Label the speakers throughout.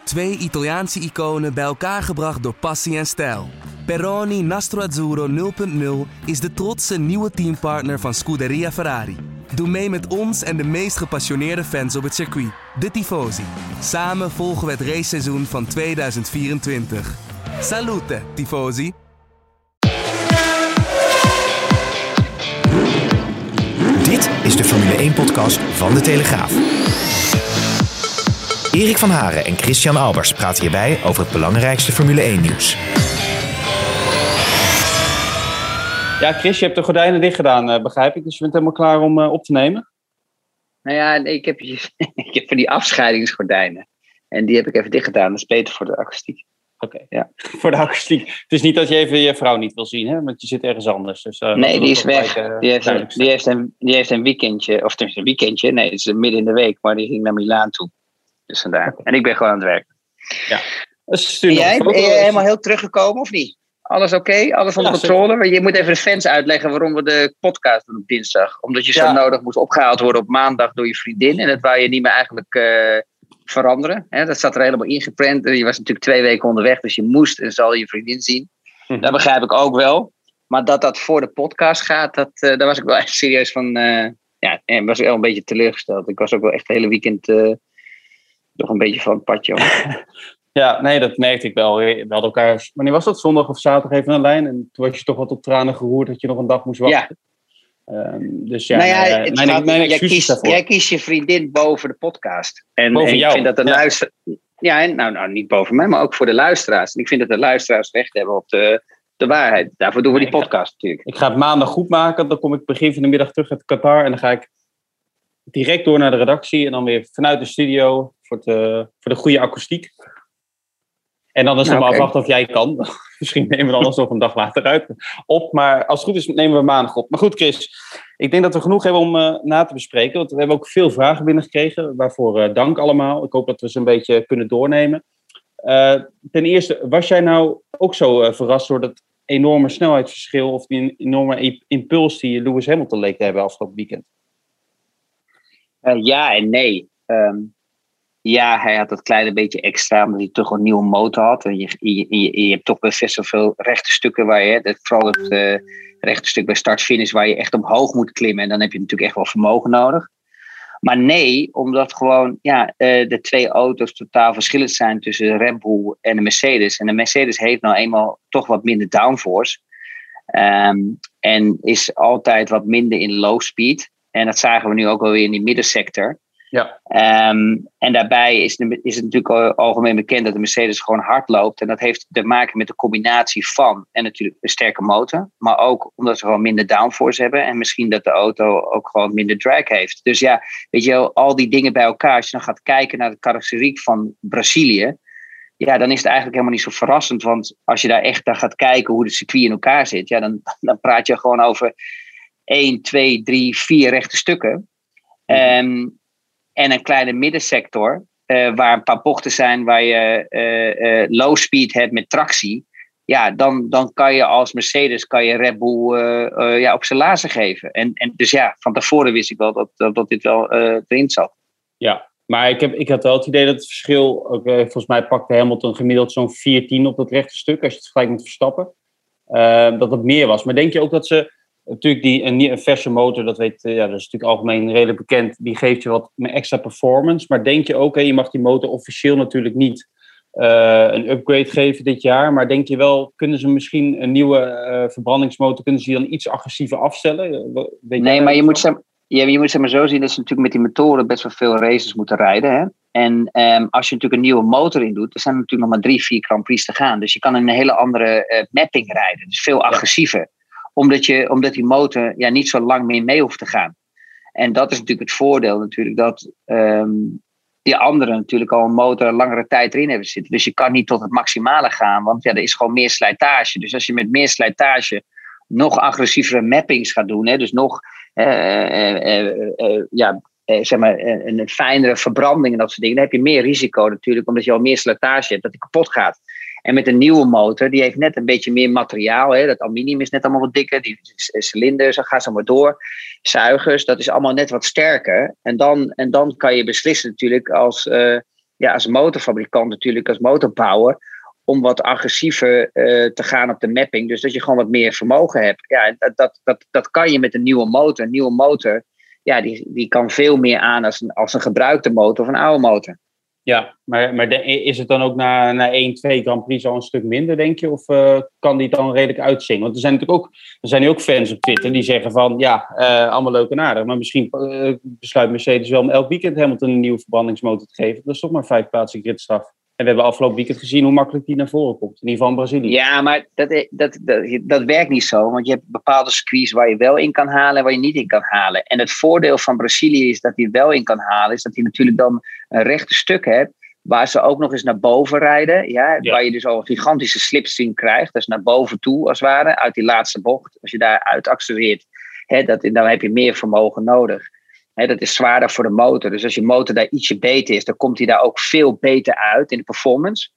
Speaker 1: Twee Italiaanse iconen bij elkaar gebracht door passie en stijl. Peroni Nastro Azzurro 0.0 is de trotse nieuwe teampartner van Scuderia Ferrari. Doe mee met ons en de meest gepassioneerde fans op het circuit, de Tifosi. Samen volgen we het raceseizoen van 2024. Salute, Tifosi!
Speaker 2: Dit is de Formule 1-podcast van De Telegraaf. Erik van Haren en Christian Albers praten hierbij over het belangrijkste Formule 1-nieuws.
Speaker 3: Ja, Chris, je hebt de gordijnen dicht gedaan, begrijp ik. Dus je bent helemaal klaar om op te nemen?
Speaker 4: Nou ja, ik heb van die afscheidingsgordijnen. En die heb ik even dicht gedaan. Dat is beter voor de akoestiek.
Speaker 3: Oké, ja. Voor de akoestiek. Het is niet dat je even je vrouw niet wil zien, hè? Want je zit ergens anders. Dus,
Speaker 4: nee, die is weg. Die heeft een weekendje. Of tenminste een weekendje. Nee, het is midden in de week. Maar die ging naar Milaan toe. Dus vandaar. En ik ben gewoon aan het werk.
Speaker 3: Ja.
Speaker 4: Ben je helemaal heel teruggekomen of niet? Alles oké? Alles onder controle? Want je moet even de fans uitleggen waarom we de podcast doen op dinsdag. Omdat je zo nodig moest opgehaald worden op maandag door je vriendin. En dat wou je niet meer eigenlijk veranderen. Hè? Dat zat er helemaal ingeprent. Je was natuurlijk 2 weken onderweg. Dus je moest en zal je vriendin zien. Dat begrijp ik ook wel. Maar dat voor de podcast gaat, daar was ik wel echt serieus van. Was ik wel een beetje teleurgesteld. Ik was ook wel echt het hele weekend nog een beetje van het padje.
Speaker 3: Ja, nee, dat merkte ik wel. We hadden elkaar, wanneer was dat? Zondag of zaterdag even een lijn. En toen was je toch wat op tranen geroerd dat je nog een dag moest wachten. Ja. Dus ja, mijn excuses daarvoor.
Speaker 4: Jij kiest je vriendin boven de podcast.
Speaker 3: Boven jou?
Speaker 4: Ik vind dat de luisteraars... Ja, nou, niet boven mij, maar ook voor de luisteraars. En ik vind dat de luisteraars recht hebben op de waarheid. Daarvoor doen we die podcast natuurlijk.
Speaker 3: Ik ga het maandag goed maken. Dan kom ik begin van de middag terug uit Qatar. En dan ga ik direct door naar de redactie. En dan weer vanuit de studio voor de goede akoestiek. En dan is het maar afwachten of jij kan. Misschien nemen we het anders nog een dag later uit op. Maar als het goed is, nemen we maandag op. Maar goed, Chris. Ik denk dat we genoeg hebben om na te bespreken. Want we hebben ook veel vragen binnengekregen. Waarvoor dank allemaal. Ik hoop dat we ze een beetje kunnen doornemen. Ten eerste, was jij nou ook zo verrast door dat enorme snelheidsverschil... of die enorme impuls die Lewis Hamilton leek te hebben afgelopen weekend?
Speaker 4: Ja en nee. Ja, hij had dat kleine beetje extra, omdat hij toch een nieuwe motor had. En je hebt toch best zoveel rechte stukken waar je, vooral het rechte stuk bij start-finish, waar je echt omhoog moet klimmen. En dan heb je natuurlijk echt wel vermogen nodig. Maar nee, omdat gewoon de 2 auto's totaal verschillend zijn tussen de Red Bull en de Mercedes. En de Mercedes heeft nou eenmaal toch wat minder downforce. En is altijd wat minder in low speed. En dat zagen we nu ook alweer in die middensector. Ja. En daarbij is het natuurlijk algemeen bekend dat de Mercedes gewoon hard loopt. En dat heeft te maken met de combinatie van en natuurlijk een sterke motor. Maar ook omdat ze gewoon minder downforce hebben. En misschien dat de auto ook gewoon minder drag heeft. Dus ja, weet je wel, al die dingen bij elkaar. Als je dan gaat kijken naar de karakteriek van Brazilië. Ja, dan is het eigenlijk helemaal niet zo verrassend. Want als je daar echt naar gaat kijken hoe het circuit in elkaar zit. Ja, dan praat je gewoon over 1, 2, 3, 4 rechte stukken. En een kleine middensector, waar een paar bochten zijn waar je low speed hebt met tractie. Ja, dan kan je als Mercedes Red Bull op zijn lazen geven. En dus ja, van tevoren wist ik wel dat dit wel erin zat. Ja,
Speaker 3: maar ik had wel het idee dat het verschil, ook, volgens mij pakte Hamilton gemiddeld zo'n 4/10 op dat rechte stuk, als je het vergelijkt met Verstappen. Dat het meer was. Maar denk je ook dat ze... Natuurlijk, een verse motor, dat is natuurlijk algemeen redelijk bekend. Die geeft je wat extra performance. Maar denk je ook, je mag die motor officieel natuurlijk niet een upgrade geven dit jaar. Maar denk je wel, kunnen ze misschien een nieuwe verbrandingsmotor, kunnen ze die dan iets agressiever afstellen?
Speaker 4: Nee, maar je moet zeg maar zo zien dat ze natuurlijk met die motoren best wel veel races moeten rijden. Hè? En als je natuurlijk een nieuwe motor in doet, dan zijn er natuurlijk nog maar 3-4 Grand Prix te gaan. Dus je kan een hele andere mapping rijden. Dus veel agressiever. Omdat die motor niet zo lang meer mee hoeft te gaan. En dat is natuurlijk het voordeel natuurlijk. Dat die anderen natuurlijk al een motor langere tijd erin hebben zitten. Dus je kan niet tot het maximale gaan. Want er is gewoon meer slijtage. Dus als je met meer slijtage nog agressievere mappings gaat doen. Hè, dus nog zeg maar een fijnere verbranding en dat soort dingen. Dan heb je meer risico natuurlijk. Omdat je al meer slijtage hebt dat die kapot gaat. En met een nieuwe motor, die heeft net een beetje meer materiaal. Hè? Dat aluminium is net allemaal wat dikker. Die cilinders, dan gaat ze maar door. Zuigers, dat is allemaal net wat sterker. En dan kan je beslissen natuurlijk als als motorfabrikant natuurlijk, als motorbouwer, om wat agressiever te gaan op de mapping. Dus dat je gewoon wat meer vermogen hebt. Ja, dat kan je met een nieuwe motor. Een nieuwe motor, ja, die kan veel meer aan als een gebruikte motor of een oude motor.
Speaker 3: Ja, maar is het dan ook na 1, 2 Grand Prix al een stuk minder, denk je? Of kan die het dan redelijk uitzingen? Want er zijn nu ook fans op Twitter die zeggen van... allemaal leuk en aardig. Maar misschien besluit Mercedes wel om elk weekend Hamilton een nieuwe verbrandingsmotor te geven. Dat is toch maar 5 plaatsen gridstraf. En we hebben afgelopen weekend gezien hoe makkelijk die naar voren komt. In ieder geval in Brazilië. Ja,
Speaker 4: maar dat werkt niet zo. Want je hebt bepaalde circuits waar je wel in kan halen en waar je niet in kan halen. En het voordeel van Brazilië is dat hij wel in kan halen. Is dat hij natuurlijk dan een rechte stuk hebt. Waar ze ook nog eens naar boven rijden. Ja. Waar je dus al een gigantische slipstream krijgt. Dat is naar boven toe als het ware. Uit die laatste bocht. Als je daar uit accelereert. Dan heb je meer vermogen nodig. Dat is zwaarder voor de motor. Dus als je motor daar ietsje beter is, dan komt hij daar ook veel beter uit in de performance.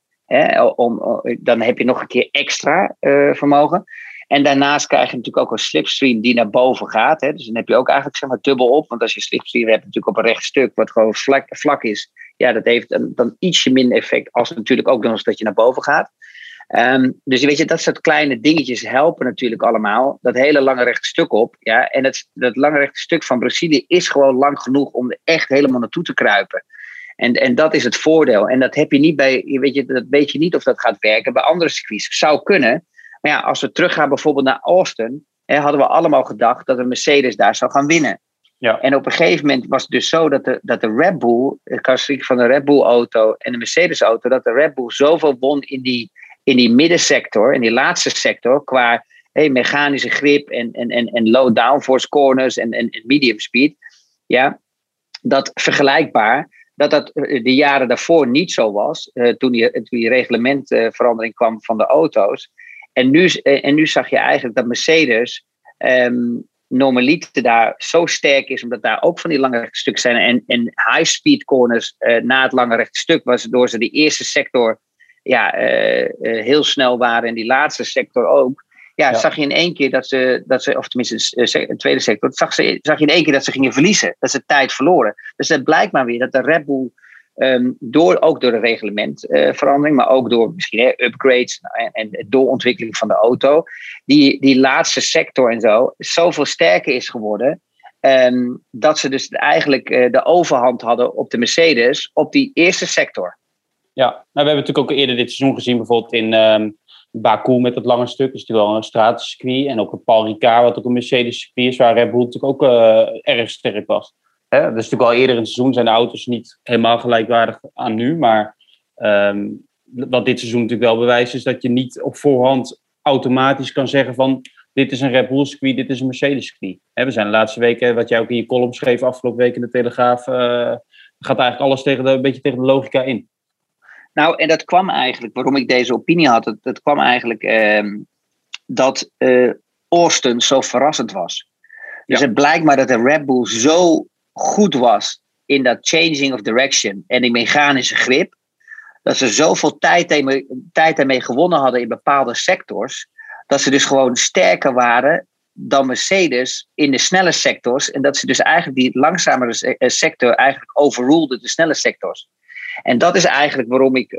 Speaker 4: Dan heb je nog een keer extra vermogen. En daarnaast krijg je natuurlijk ook een slipstream die naar boven gaat. Dus dan heb je ook eigenlijk zeg maar dubbel op. Want als je slipstream hebt natuurlijk op een recht stuk wat gewoon vlak is. Ja, dat heeft dan ietsje minder effect als natuurlijk ook nog eens dat je naar boven gaat. Dus weet je, dat soort kleine dingetjes helpen natuurlijk allemaal. Dat hele lange rechte stuk op. Ja, en dat lange rechte stuk van Brazilië is gewoon lang genoeg om er echt helemaal naartoe te kruipen. En dat is het voordeel. En dat heb je niet dat weet je niet of dat gaat werken bij andere circuits. Zou kunnen. Maar ja, als we teruggaan bijvoorbeeld naar Austin, hadden we allemaal gedacht dat de Mercedes daar zou gaan winnen. Ja. En op een gegeven moment was het dus zo dat de Red Bull, de karosseriek van de Red Bull auto en de Mercedes auto, dat de Red Bull zoveel won in die middensector, in die laatste sector, qua mechanische grip en low downforce corners en medium speed. Ja, dat vergelijkbaar, dat de jaren daarvoor niet zo was, toen die reglementverandering kwam van de auto's. En nu zag je eigenlijk dat Mercedes normaliter daar zo sterk is, omdat daar ook van die lange rechte stukken zijn en high speed corners na het lange rechte stuk, waardoor ze de eerste sector heel snel waren en die laatste sector ook. Ja, zag je in één keer dat ze of tenminste de tweede sector, zag je in één keer dat ze gingen verliezen. Dat ze tijd verloren. Dus dat blijkt maar weer dat de Red Bull, ook door de reglementverandering, maar ook door misschien upgrades en doorontwikkeling van de auto, die laatste sector en zo, zoveel sterker is geworden, dat ze dus eigenlijk de overhand hadden op de Mercedes op die eerste sector.
Speaker 3: Ja, nou, we hebben natuurlijk ook eerder dit seizoen gezien, bijvoorbeeld in Baku met dat lange stuk. Dat is natuurlijk wel een stratencircuit. En ook een Paul Ricard, wat ook een Mercedes-circuit is, waar Red Bull natuurlijk ook erg sterk was. Dat is natuurlijk al eerder in het seizoen zijn de auto's niet helemaal gelijkwaardig aan nu. Maar wat dit seizoen natuurlijk wel bewijst, is dat je niet op voorhand automatisch kan zeggen van dit is een Red Bull circuit, dit is een Mercedes circuit. We zijn de laatste weken, wat jij ook in je column schreef afgelopen week in de Telegraaf, gaat eigenlijk alles een beetje tegen de logica in.
Speaker 4: Nou, en dat kwam eigenlijk, waarom ik deze opinie had, dat kwam eigenlijk dat Austin zo verrassend was. Dus het blijkt maar dat de Red Bull zo goed was in dat changing of direction en die mechanische grip, dat ze zoveel tijd daarmee gewonnen hadden in bepaalde sectors, dat ze dus gewoon sterker waren dan Mercedes in de snelle sectors en dat ze dus eigenlijk die langzamere sector eigenlijk overruleden de snelle sectors. En dat is eigenlijk waarom ik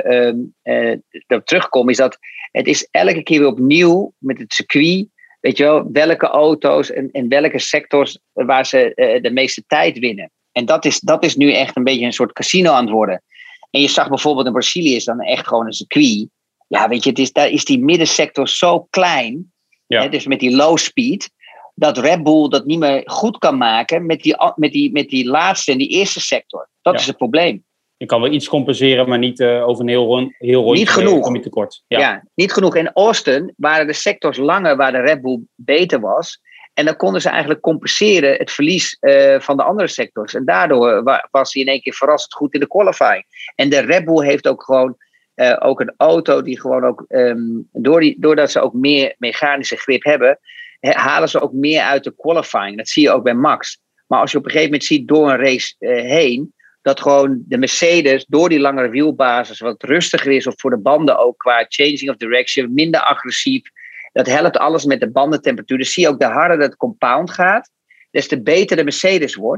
Speaker 4: erop terugkom, is dat het is elke keer weer opnieuw met het circuit, weet je wel, welke auto's en welke sectors waar ze de meeste tijd winnen. En dat is nu echt een beetje een soort casino aan het worden. En je zag bijvoorbeeld in Brazilië is dan echt gewoon een circuit. Ja, weet je, daar is die middensector zo klein, dus met die low speed, dat Red Bull dat niet meer goed kan maken met die laatste en die eerste sector. Dat is het probleem.
Speaker 3: Je kan wel iets compenseren, maar niet over een heel rondje.
Speaker 4: Niet genoeg.
Speaker 3: Kom je tekort.
Speaker 4: Ja, niet genoeg. In Austin waren de sectors langer waar de Red Bull beter was. En dan konden ze eigenlijk compenseren het verlies van de andere sectors. En daardoor was hij in één keer verrassend goed in de qualifying. En de Red Bull heeft ook gewoon ook een auto die gewoon ook, doordat ze ook meer mechanische grip hebben, halen ze ook meer uit de qualifying. Dat zie je ook bij Max. Maar als je op een gegeven moment ziet door een race heen, dat gewoon de Mercedes door die langere wielbasis wat rustiger is, of voor de banden ook qua changing of direction, minder agressief. Dat helpt alles met de bandentemperatuur. Dus zie je ook, de harder het compound gaat, des te beter de Mercedes wordt.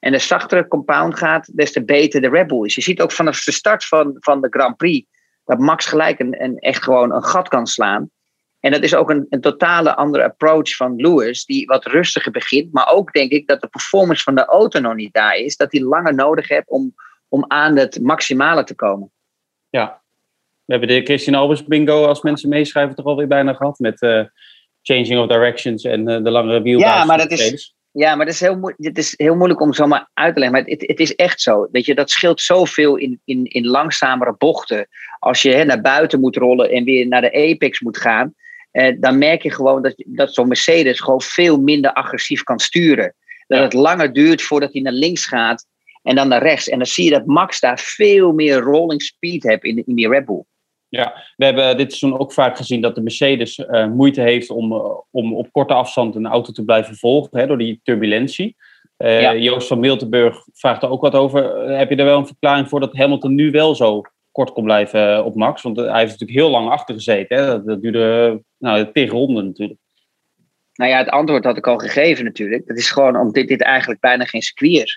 Speaker 4: En de zachtere compound gaat, des te beter de Red Bull is. Je ziet ook vanaf de start van de Grand Prix dat Max gelijk echt gewoon een gat kan slaan. En dat is ook een totale andere approach van Lewis, die wat rustiger begint. Maar ook denk ik dat de performance van de auto nog niet daar is. Dat hij langer nodig heeft om aan het maximale te komen.
Speaker 3: Ja, we hebben de Christian Albers bingo, als mensen meeschrijven, toch alweer bijna gehad. Met changing of directions en de langere wielbasis.
Speaker 4: Ja, maar het is heel moeilijk om zomaar uit te leggen. Maar het is echt zo. Weet je, dat scheelt zoveel in langzamere bochten. Als je naar buiten moet rollen en weer naar de apex moet gaan. Dan merk je gewoon dat zo'n Mercedes gewoon veel minder agressief kan sturen. Dat het langer duurt voordat hij naar links gaat en dan naar rechts. En dan zie je dat Max daar veel meer rolling speed heeft in die Red Bull.
Speaker 3: Ja, we hebben dit seizoen ook vaak gezien dat de Mercedes moeite heeft om op korte afstand een auto te blijven volgen, door die turbulentie. Joost van Miltenburg vraagt er ook wat over. Heb je er wel een verklaring voor dat Hamilton nu wel zo kort kon blijven op Max? Want hij heeft natuurlijk heel lang achter gezeten. Hè? Dat duurde tegen ronden natuurlijk.
Speaker 4: Nou ja, het antwoord had ik al gegeven natuurlijk. Dat is gewoon omdat dit eigenlijk bijna geen circuit is.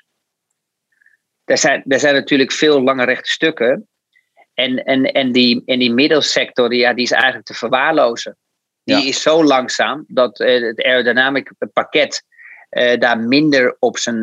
Speaker 4: Er zijn natuurlijk veel lange rechte stukken. En die middelsector, die is eigenlijk te verwaarlozen. Die is zo langzaam dat het aerodynamic pakket daar minder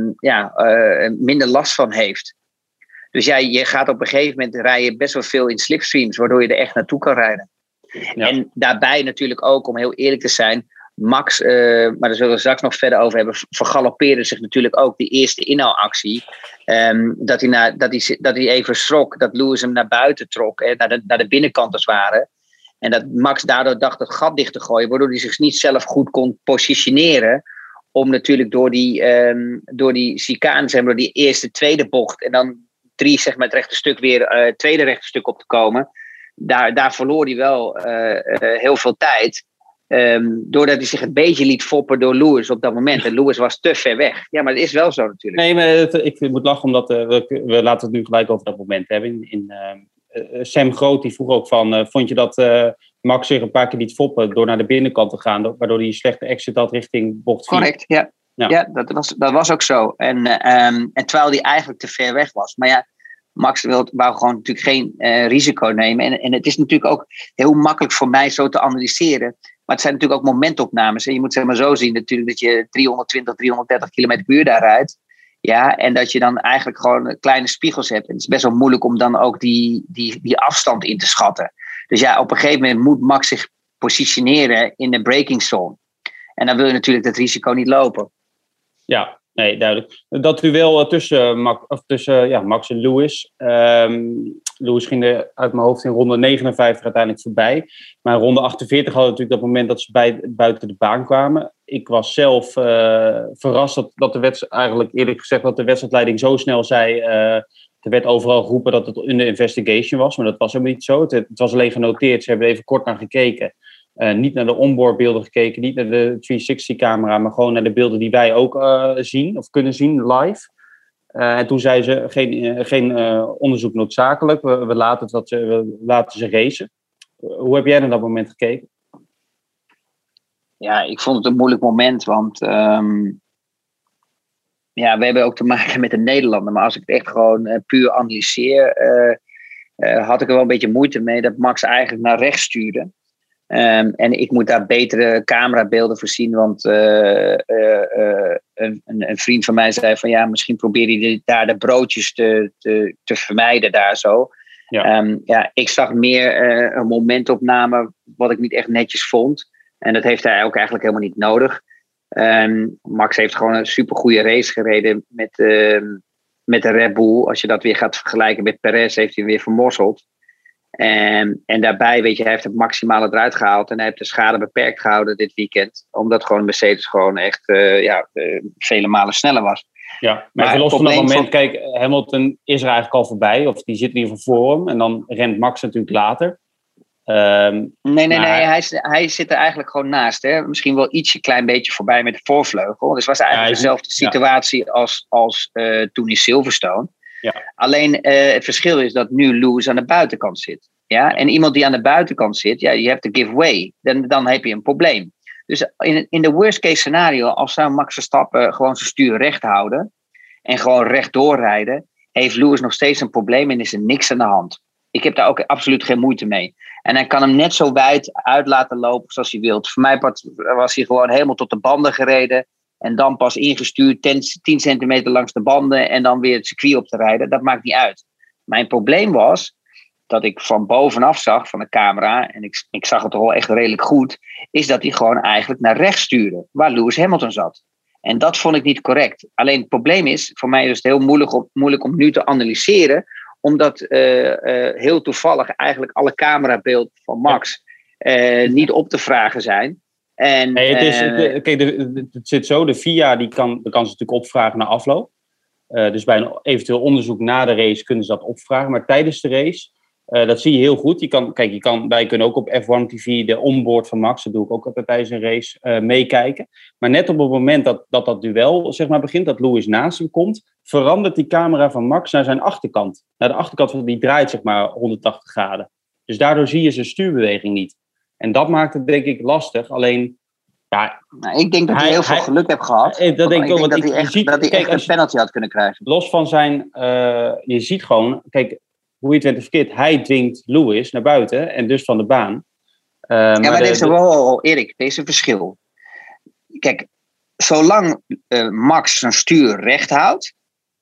Speaker 4: minder last van heeft. Dus je gaat op een gegeven moment rijden best wel veel in slipstreams, waardoor je er echt naartoe kan rijden. Ja. En daarbij natuurlijk ook, om heel eerlijk te zijn, Max, maar daar zullen we straks nog verder over hebben, vergaloppeerde zich natuurlijk ook die eerste inhaalactie. Dat hij even schrok, dat Lewis hem naar buiten trok, naar de binnenkant als het ware. En dat Max daardoor dacht het gat dicht te gooien, waardoor hij zich niet zelf goed kon positioneren. Om natuurlijk door die chicane, zeg maar, door die eerste, tweede bocht en dan 3, zeg maar, het rechte stuk weer, tweede rechte stuk op te komen. Daar verloor hij wel heel veel tijd. Doordat hij zich een beetje liet foppen door Lewis op dat moment. En Lewis was te ver weg. Ja, maar dat is wel zo natuurlijk.
Speaker 3: Nee, maar ik moet lachen omdat we laten het nu gelijk over dat moment hebben. Sam Groot die vroeg ook van, vond je dat Max zich een paar keer liet foppen door naar de binnenkant te gaan, waardoor hij een slechte exit had richting bocht 4?
Speaker 4: Correct, ja. Ja, dat was ook zo. En terwijl hij eigenlijk te ver weg was. Maar ja, Max wou gewoon natuurlijk geen risico nemen. En het is natuurlijk ook heel makkelijk voor mij zo te analyseren. Maar het zijn natuurlijk ook momentopnames. En je moet zeg maar zo zien natuurlijk dat je 320, 330 km per uur daar rijdt. Ja, en dat je dan eigenlijk gewoon kleine spiegels hebt. En het is best wel moeilijk om dan ook die afstand in te schatten. Dus ja, op een gegeven moment moet Max zich positioneren in de braking zone. En dan wil je natuurlijk dat risico niet lopen.
Speaker 3: Ja, nee, duidelijk. Dat duel tussen Max en Lewis. Lewis ging er uit mijn hoofd in ronde 59 uiteindelijk voorbij. Maar in ronde 48 hadden we natuurlijk dat moment dat ze buiten de baan kwamen. Ik was zelf verrast dat de wedstrijd, eigenlijk eerlijk gezegd, dat de wedstrijdleiding zo snel zei. Er werd overal geroepen dat het in de investigation was, maar dat was helemaal niet zo. Het was alleen genoteerd, ze hebben er even kort naar gekeken. Niet naar de onboardbeelden gekeken, niet naar de 360-camera, maar gewoon naar de beelden die wij ook zien of kunnen zien live. En toen zei ze, geen onderzoek noodzakelijk, we laten ze racen. Hoe heb jij naar dat moment gekeken?
Speaker 4: Ja, ik vond het een moeilijk moment, want we hebben ook te maken met een Nederlander. Maar als ik het echt gewoon puur analyseer, had ik er wel een beetje moeite mee dat Max eigenlijk naar rechts stuurde. En ik moet daar betere camerabeelden voor zien, want een vriend van mij zei van ja, misschien probeer je daar de broodjes te vermijden daar zo. Ja. Ik zag meer een momentopname wat ik niet echt netjes vond. En dat heeft hij ook eigenlijk helemaal niet nodig. Max heeft gewoon een supergoeie race gereden met de Red Bull. Als je dat weer gaat vergelijken met Perez, heeft hij weer vermorzeld. En daarbij, weet je, hij heeft het maximale eruit gehaald. En hij heeft de schade beperkt gehouden dit weekend. Omdat gewoon Mercedes gewoon echt vele malen sneller was.
Speaker 3: Ja, maar los van dat moment, kijk, Hamilton is er eigenlijk al voorbij. Of die zit in ieder geval voor hem. En dan rent Max natuurlijk later.
Speaker 4: Nee, hij zit er eigenlijk gewoon naast. Hè? Misschien wel ietsje klein beetje voorbij met de voorvleugel. Dus het was eigenlijk dezelfde situatie als toen in Silverstone. Ja. Alleen het verschil is dat nu Lewis aan de buitenkant zit. Ja? En iemand die aan de buitenkant zit, je hebt to give way. Dan heb je een probleem. Dus in de worst case scenario, als zou Max Verstappen gewoon zijn stuur recht houden. en gewoon rechtdoor rijden, heeft Lewis nog steeds een probleem en is er niks aan de hand. Ik heb daar ook absoluut geen moeite mee. En hij kan hem net zo wijd uit laten lopen zoals hij wilt. Voor mij was hij gewoon helemaal tot de banden gereden. En dan pas ingestuurd 10 centimeter langs de banden. En dan weer het circuit op te rijden. Dat maakt niet uit. Mijn probleem was dat ik van bovenaf zag van de camera. En ik zag het wel echt redelijk goed. Is dat hij gewoon eigenlijk naar rechts stuurde. Waar Lewis Hamilton zat. En dat vond ik niet correct. Alleen het probleem is, voor mij is het heel moeilijk om nu te analyseren. Omdat heel toevallig eigenlijk alle camerabeelden van Max niet op te vragen zijn. En,
Speaker 3: het zit zo, de FIA die kan ze natuurlijk opvragen na afloop. Dus bij een eventueel onderzoek na de race kunnen ze dat opvragen. Maar tijdens de race, dat zie je heel goed. Wij kunnen ook op F1 TV de onboard van Max, dat doe ik ook altijd tijdens een race, meekijken. Maar net op het moment dat duel zeg maar, begint, dat Lewis naast hem komt, verandert die camera van Max naar zijn achterkant. Naar de achterkant, die draait zeg maar 180 graden. Dus daardoor zie je zijn stuurbeweging niet. En dat maakt het denk ik lastig. Alleen, ja...
Speaker 4: Nou, ik denk dat hij heel veel geluk heeft gehad.
Speaker 3: Dat denk ik ook.
Speaker 4: Dat hij echt een penalty had kunnen krijgen.
Speaker 3: Los van zijn... je ziet gewoon... Kijk, hoe je het went of verkeerd. Hij dwingt Lewis naar buiten. En dus van de baan.
Speaker 4: Maar Erik, er is een verschil. Kijk, zolang Max zijn stuur recht houdt,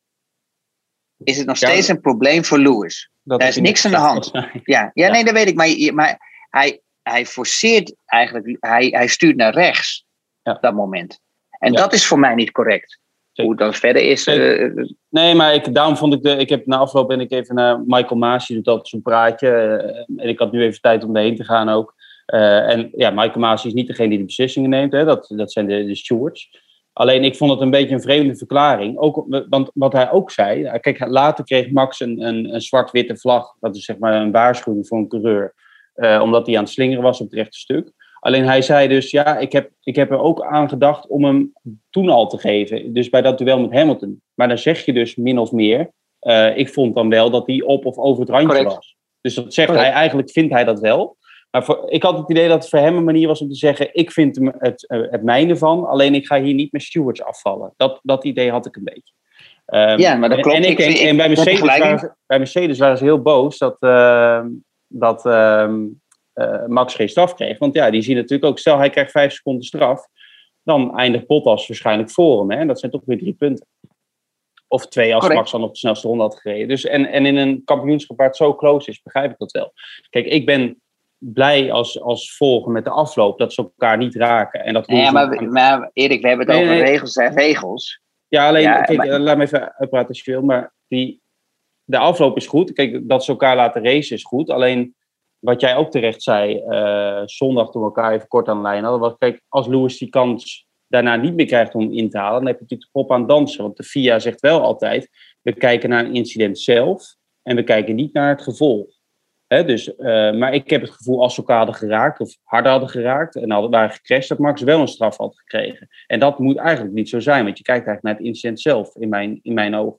Speaker 4: is het nog steeds een probleem voor Lewis. Daar is niks aan de hand. Nee, dat weet ik. Maar hij forceert eigenlijk, hij stuurt naar rechts op dat moment. En dat is voor mij niet correct. Zeker. Hoe het dan verder is.
Speaker 3: Nee, maar daarom vond ik ik heb na afloop ben ik even naar Michael Masi, die doet altijd zo'n praatje. En ik had nu even tijd om erheen te gaan ook. Michael Masi is niet degene die de beslissingen neemt. Hè, dat zijn de stewards. Alleen ik vond het een beetje een vreemde verklaring. Ook, want wat hij ook zei. Kijk, later kreeg Max een zwart-witte vlag. Dat is zeg maar een waarschuwing voor een coureur. Omdat hij aan het slingeren was op het rechte stuk. Alleen hij zei dus, ik heb er ook aan gedacht om hem toen al te geven. Dus bij dat duel met Hamilton. Maar dan zeg je dus min of meer, ik vond dan wel dat hij op of over het randje was. Dus dat zegt hij, eigenlijk vindt hij dat wel. Maar ik had het idee dat het voor hem een manier was om te zeggen, ik vind het mijne van, alleen ik ga hier niet met stewards afvallen. Dat idee had ik een beetje.
Speaker 4: Maar dat klopt.
Speaker 3: En bij Mercedes waren ze heel boos dat Max geen straf kreeg. Want die zien natuurlijk ook, stel hij krijgt 5 seconden straf, dan eindigt Bottas waarschijnlijk voor hem. Hè? En dat zijn toch weer 3 punten. Of 2 als Max dan op de snelste ronde had gereden. Dus, en in een kampioenschap waar het zo close is, begrijp ik dat wel. Kijk, ik ben blij als volger met de afloop dat ze elkaar niet raken. En dat
Speaker 4: maar Erik, we hebben het over regels en regels.
Speaker 3: Ja, alleen, laat me even uitpraten als je wil. Maar de afloop is goed. Kijk, dat ze elkaar laten racen is goed. Alleen, wat jij ook terecht zei, zondag toen we elkaar even kort aan de lijn hadden, was, kijk, als Lewis die kans daarna niet meer krijgt om in te halen, dan heb je natuurlijk de pop aan dansen. Want de FIA zegt wel altijd, we kijken naar een incident zelf en we kijken niet naar het gevolg. Dus, maar ik heb het gevoel, als ze elkaar hadden geraakt of harder hadden geraakt en waren gecrashed, dat Max wel een straf had gekregen. En dat moet eigenlijk niet zo zijn, want je kijkt eigenlijk naar het incident zelf, in mijn ogen.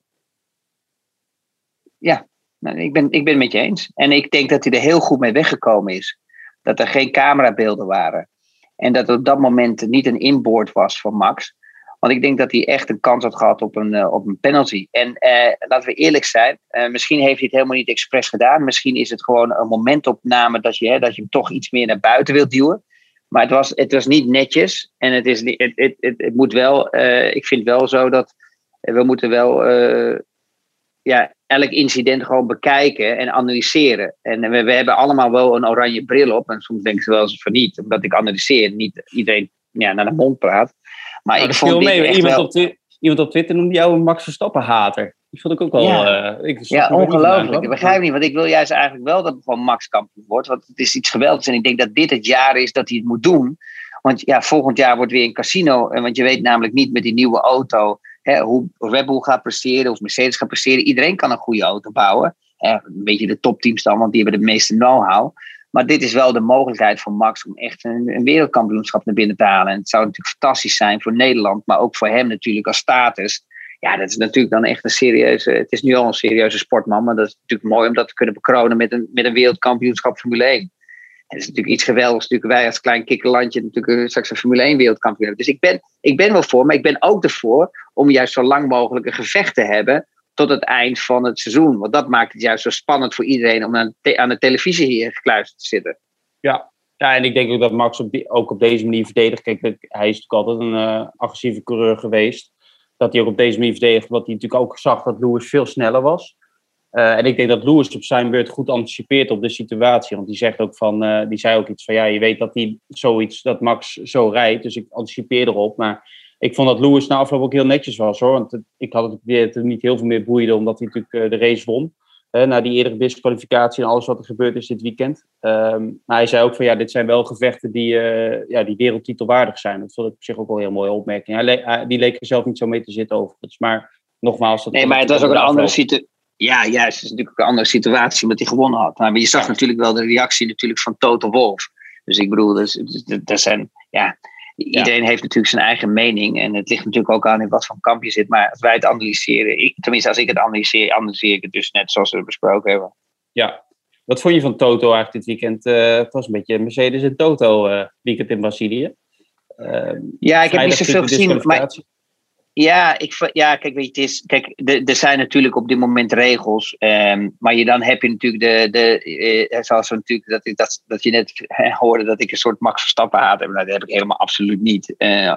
Speaker 4: Ja, ik ben het met je eens. En ik denk dat hij er heel goed mee weggekomen is. Dat er geen camerabeelden waren. En dat er op dat moment niet een inboard was van Max. Want ik denk dat hij echt een kans had gehad op een penalty. En laten we eerlijk zijn. Misschien heeft hij het helemaal niet expres gedaan. Misschien is het gewoon een momentopname dat je hem toch iets meer naar buiten wilt duwen. Maar het was niet netjes. En het moet wel... ik vind wel zo dat we moeten wel... elk incident gewoon bekijken en analyseren. En we hebben allemaal wel een oranje bril op. En soms denken ze wel eens van niet. Omdat ik analyseer. Niet iedereen naar de mond praat. Maar ik vond
Speaker 3: iemand op Twitter noemde jou een Max Verstappen-hater. Die vond ik ook wel...
Speaker 4: ongelooflijk. Ik begrijp niet. Want ik wil juist eigenlijk wel dat gewoon Max kampioen wordt. Want het is iets geweldigs. En ik denk dat dit het jaar is dat hij het moet doen. Want volgend jaar wordt weer een casino. Want je weet namelijk niet met die nieuwe auto... hoe Red Bull gaat presteren of Mercedes gaat presteren. Iedereen kan een goede auto bouwen. Een beetje de topteams dan, want die hebben de meeste know-how. Maar dit is wel de mogelijkheid voor Max om echt een wereldkampioenschap naar binnen te halen. En het zou natuurlijk fantastisch zijn voor Nederland, maar ook voor hem natuurlijk als status. Ja, dat is natuurlijk dan echt het is nu al een serieuze sportman, maar dat is natuurlijk mooi om dat te kunnen bekronen met een wereldkampioenschap Formule 1. dat is natuurlijk iets geweldigs. Natuurlijk wij als klein kikkerlandje natuurlijk straks een Formule 1 wereldkampioen hebben. Dus ik ben wel voor, maar ik ben ook ervoor om juist zo lang mogelijk een gevecht te hebben tot het eind van het seizoen. Want dat maakt het juist zo spannend voor iedereen om aan de televisie hier gekluisterd te zitten.
Speaker 3: Ja, en ik denk ook dat Max ook op deze manier verdedigt. Kijk, hij is natuurlijk altijd een agressieve coureur geweest. Dat hij ook op deze manier verdedigt, wat hij natuurlijk ook zag dat Lewis veel sneller was. En ik denk dat Lewis op zijn beurt goed anticipeert op de situatie. Want die zei ook iets van, ja, je weet dat Max zo rijdt. Dus ik anticipeer erop. Maar ik vond dat Lewis na afloop ook heel netjes was, hoor. Want ik had het idee dat het niet heel veel meer boeide, omdat hij natuurlijk de race won. Na die eerdere disqualificatie en alles wat er gebeurd is dit weekend. Maar hij zei ook van, ja, dit zijn wel gevechten die wereldtitel waardig zijn. Dat vond ik op zich ook wel een heel mooie opmerking. Die leek er zelf niet zo mee te zitten overigens. Maar nogmaals...
Speaker 4: Nee, maar het was ook een andere situatie. Ja, juist. Het is natuurlijk ook een andere situatie omdat hij gewonnen had. Maar je zag natuurlijk wel de reactie natuurlijk van Toto Wolff. Dus ik bedoel, dat zijn... Ja, iedereen heeft natuurlijk zijn eigen mening. En het ligt natuurlijk ook aan in wat voor kamp je zit. Maar als wij het analyseren... Tenminste, als ik het analyseer ik het dus net zoals we besproken hebben.
Speaker 3: Ja. Wat vond je van Toto eigenlijk dit weekend? Het was een beetje Mercedes en Toto weekend in Brazilië.
Speaker 4: Ja, ik heb niet zoveel gezien. Kijk, weet je, er zijn natuurlijk op dit moment regels. Maar dan heb je natuurlijk zoals we natuurlijk dat je net hoorde dat ik een soort Max Verstappen haat heb. Nou, dat heb ik helemaal absoluut niet.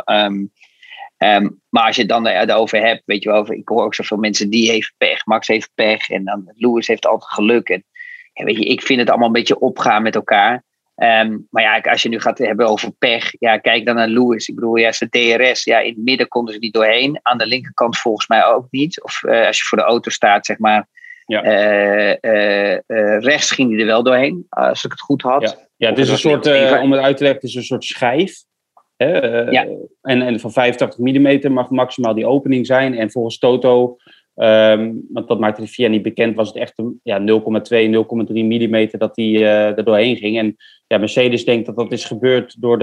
Speaker 4: Maar als je het dan daarover hebt, weet je wel, ik hoor ook zoveel mensen die heeft pech, Max heeft pech en dan Lewis heeft altijd geluk. En weet je, ik vind het allemaal een beetje opgaan met elkaar. Maar ja, als je nu gaat hebben over pech, ja, kijk dan naar Lewis. Ik bedoel, ja, zijn DRS, ja, in het midden konden ze niet doorheen. Aan de linkerkant volgens mij ook niet. Of als je voor de auto staat, zeg maar, rechts ging hij er wel doorheen, als ik het goed had.
Speaker 3: Ja, het is een soort, om het uit te leggen, het is een soort schijf. En van 85 mm mag maximaal die opening zijn. En volgens Toto, want dat maakte de FIA niet bekend, was het echt 0,2, 0,3 mm dat die er doorheen ging. En ja, Mercedes denkt dat dat is gebeurd door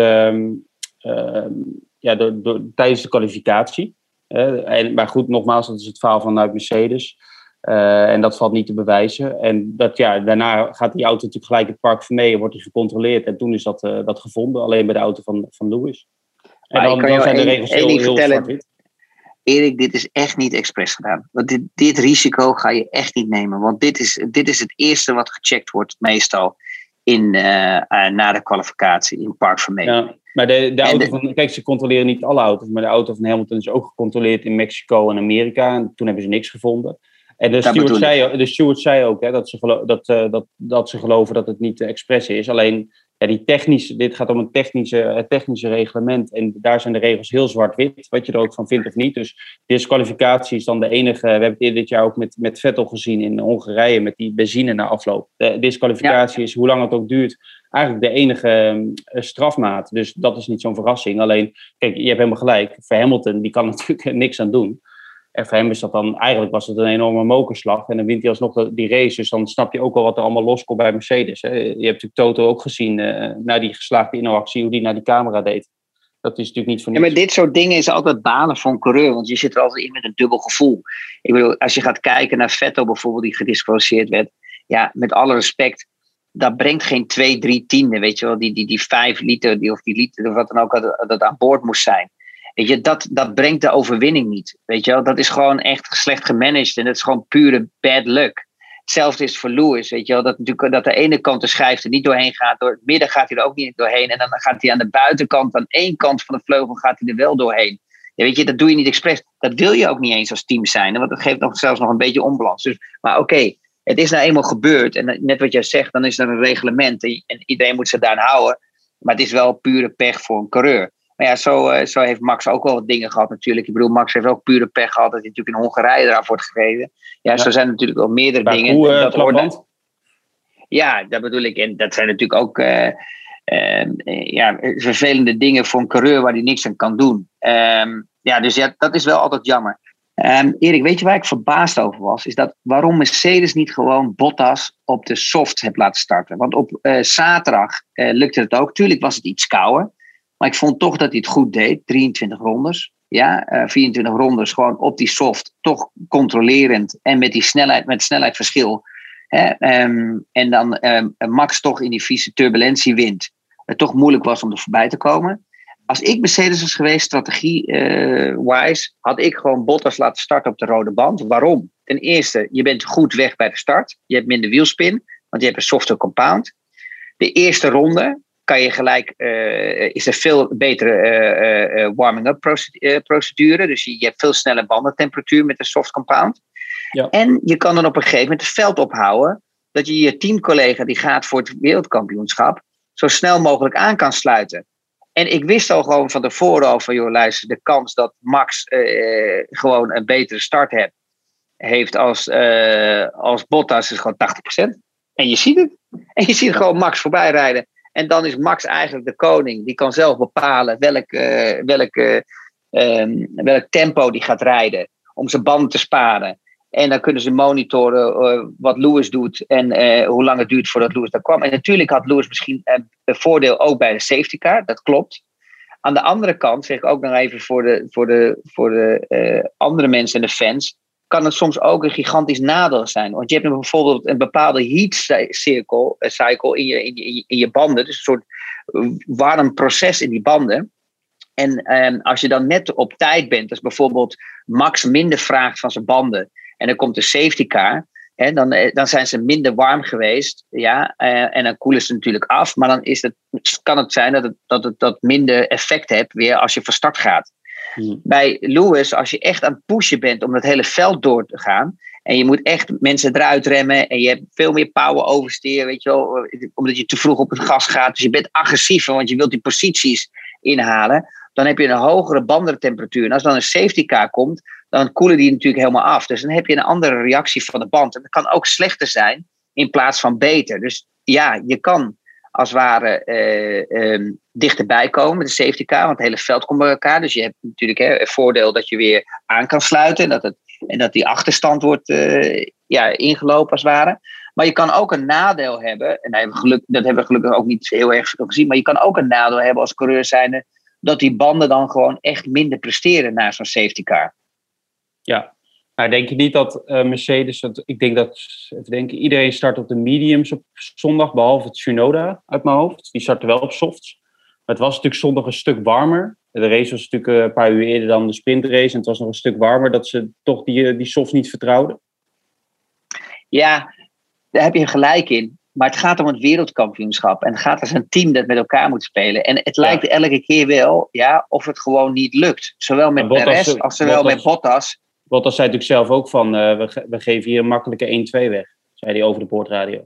Speaker 3: tijdens de kwalificatie. Maar goed, nogmaals, dat is het verhaal vanuit Mercedes. En dat valt niet te bewijzen. En daarna gaat die auto natuurlijk gelijk het park vermee, wordt hij gecontroleerd. En toen is dat gevonden, alleen bij de auto van Lewis. En dan zijn de regels heel zwart-wit.
Speaker 4: Erik, dit is echt niet expres gedaan. Want dit risico ga je echt niet nemen. Want dit is het eerste wat gecheckt wordt, meestal, na de kwalificatie in Park Vermee. Ja,
Speaker 3: maar de auto kijk, ze controleren niet alle auto's, maar de auto van Hamilton is ook gecontroleerd in Mexico en Amerika. En toen hebben ze niks gevonden. En de steward zei ook dat ze geloven dat het niet expres is. Alleen, ja, dit gaat om het technische reglement. En daar zijn de regels heel zwart-wit, wat je er ook van vindt of niet. Dus disqualificatie is dan de enige. We hebben het dit jaar ook met Vettel gezien in Hongarije, met die benzine na afloop. De disqualificatie is, hoe lang het ook duurt, eigenlijk de enige strafmaat. Dus dat is niet zo'n verrassing. Alleen, kijk, je hebt helemaal gelijk. Voor Hamilton, die kan natuurlijk niks aan doen. En voor hem is dat dan, eigenlijk was het een enorme mokerslag. En dan wint hij alsnog die race. Dus dan snap je ook al wat er allemaal loskomt bij Mercedes. Hè. Je hebt natuurlijk Toto ook gezien, na die geslaagde inactie, hoe die naar die camera deed. Dat is natuurlijk niet voor niets.
Speaker 4: Ja, maar dit soort dingen is altijd balen voor een coureur. Want je zit er altijd in met een dubbel gevoel. Ik bedoel, als je gaat kijken naar Vettel bijvoorbeeld, die gedisqualificeerd werd. Ja, met alle respect, dat brengt geen 2-3 tienden. Weet je wel, die 5 liter, of die liter, of wat dan ook, dat aan boord moest zijn. Weet je, dat brengt de overwinning niet. Weet je wel, dat is gewoon echt slecht gemanaged. En dat is gewoon pure bad luck. Hetzelfde is voor Lewis. Weet je wel, dat de ene kant de schijf er niet doorheen gaat. Door het midden gaat hij er ook niet doorheen. En dan gaat hij aan de buitenkant, aan één kant van de vleugel, gaat hij er wel doorheen. Ja, weet je, dat doe je niet expres. Dat wil je ook niet eens als team zijn. Want dat geeft zelfs nog een beetje onbalans. Dus, maar oké, het is nou eenmaal gebeurd. En net wat jij zegt, dan is er een reglement. En iedereen moet zich daaraan houden. Maar het is wel pure pech voor een coureur. Maar ja, zo heeft Max ook wel wat dingen gehad natuurlijk. Ik bedoel, Max heeft ook pure pech gehad dat hij natuurlijk in Hongarije eraf wordt gereden. Ja, zo zijn er natuurlijk wel meerdere dingen. Ja, dat bedoel ik. En dat zijn natuurlijk ook vervelende dingen voor een coureur waar hij niks aan kan doen. Dus dat is wel altijd jammer. Erik, weet je waar ik verbaasd over was? Is dat waarom Mercedes niet gewoon Bottas op de soft heeft laten starten. Want op zaterdag lukte het ook. Tuurlijk was het iets kouder. Maar ik vond toch dat hij het goed deed. 23 rondes. Ja, 24 rondes gewoon op die soft. Toch controlerend. En met die snelheid, met snelheidsverschil. Hè? En dan Max toch in die vieze turbulentie wint. Het toch moeilijk was om er voorbij te komen. Als ik Mercedes was geweest, strategie-wise, had ik gewoon Bottas laten starten op de rode band. Waarom? Ten eerste, je bent goed weg bij de start. Je hebt minder wielspin, want je hebt een softer compound. De eerste ronde kan je gelijk, is er veel betere warming-up procedure. Dus je hebt veel sneller bandentemperatuur met een soft compound. Ja. En je kan dan op een gegeven moment het veld ophouden, dat je teamcollega die gaat voor het wereldkampioenschap zo snel mogelijk aan kan sluiten. En ik wist al gewoon van tevoren al van, joh, luister, de kans dat Max gewoon een betere start heeft als Bottas is gewoon 80%. En je ziet het. En je ziet gewoon Max voorbij rijden. En dan is Max eigenlijk de koning. Die kan zelf bepalen welk tempo die gaat rijden. Om zijn banden te sparen. En dan kunnen ze monitoren wat Lewis doet. En hoe lang het duurt voordat Lewis daar kwam. En natuurlijk had Lewis misschien een voordeel ook bij de safety car. Dat klopt. Aan de andere kant, zeg ik ook nog even voor de andere mensen en de fans, kan het soms ook een gigantisch nadeel zijn. Want je hebt bijvoorbeeld een bepaalde heat cycle in je banden. Dus een soort warm proces in die banden. En als je dan net op tijd bent, dus bijvoorbeeld Max minder vraagt van zijn banden en er komt een safety car, hè, dan zijn ze minder warm geweest. Ja, en dan koelen ze natuurlijk af. Maar dan kan het zijn dat minder effect hebt weer als je van start gaat. Bij Lewis, als je echt aan het pushen bent om het hele veld door te gaan, en je moet echt mensen eruit remmen en je hebt veel meer power oversteer, weet je wel, omdat je te vroeg op het gas gaat. Dus je bent agressiever, want je wilt die posities inhalen. Dan heb je een hogere bandentemperatuur. En als dan een safety car komt, dan koelen die natuurlijk helemaal af. Dus dan heb je een andere reactie van de band. En dat kan ook slechter zijn in plaats van beter. Dus ja, je kan als het ware dichterbij komen met de safety car. Want het hele veld komt bij elkaar. Dus je hebt natuurlijk het voordeel dat je weer aan kan sluiten. En dat die achterstand wordt ingelopen als het ware. Maar je kan ook een nadeel hebben. En dat hebben we gelukkig ook niet heel erg veel gezien. Maar je kan ook een nadeel hebben als coureur zijnde, dat die banden dan gewoon echt minder presteren na zo'n safety car.
Speaker 3: Ja, maar denk je niet dat Mercedes, ik denk dat iedereen start op de mediums op zondag, behalve Tsunoda uit mijn hoofd. Die startte wel op softs. Maar het was natuurlijk zondag een stuk warmer. De race was natuurlijk een paar uur eerder dan de sprintrace. En het was nog een stuk warmer, dat ze toch die softs niet vertrouwden.
Speaker 4: Ja, daar heb je gelijk in. Maar het gaat om het wereldkampioenschap. En het gaat als een team dat met elkaar moet spelen. En het lijkt elke keer wel, of het gewoon niet lukt. Zowel met Perez als zowel met Bottas.
Speaker 3: Bottas zei natuurlijk zelf ook van, we geven hier een makkelijke 1-2 weg. Zei hij over de boordradio.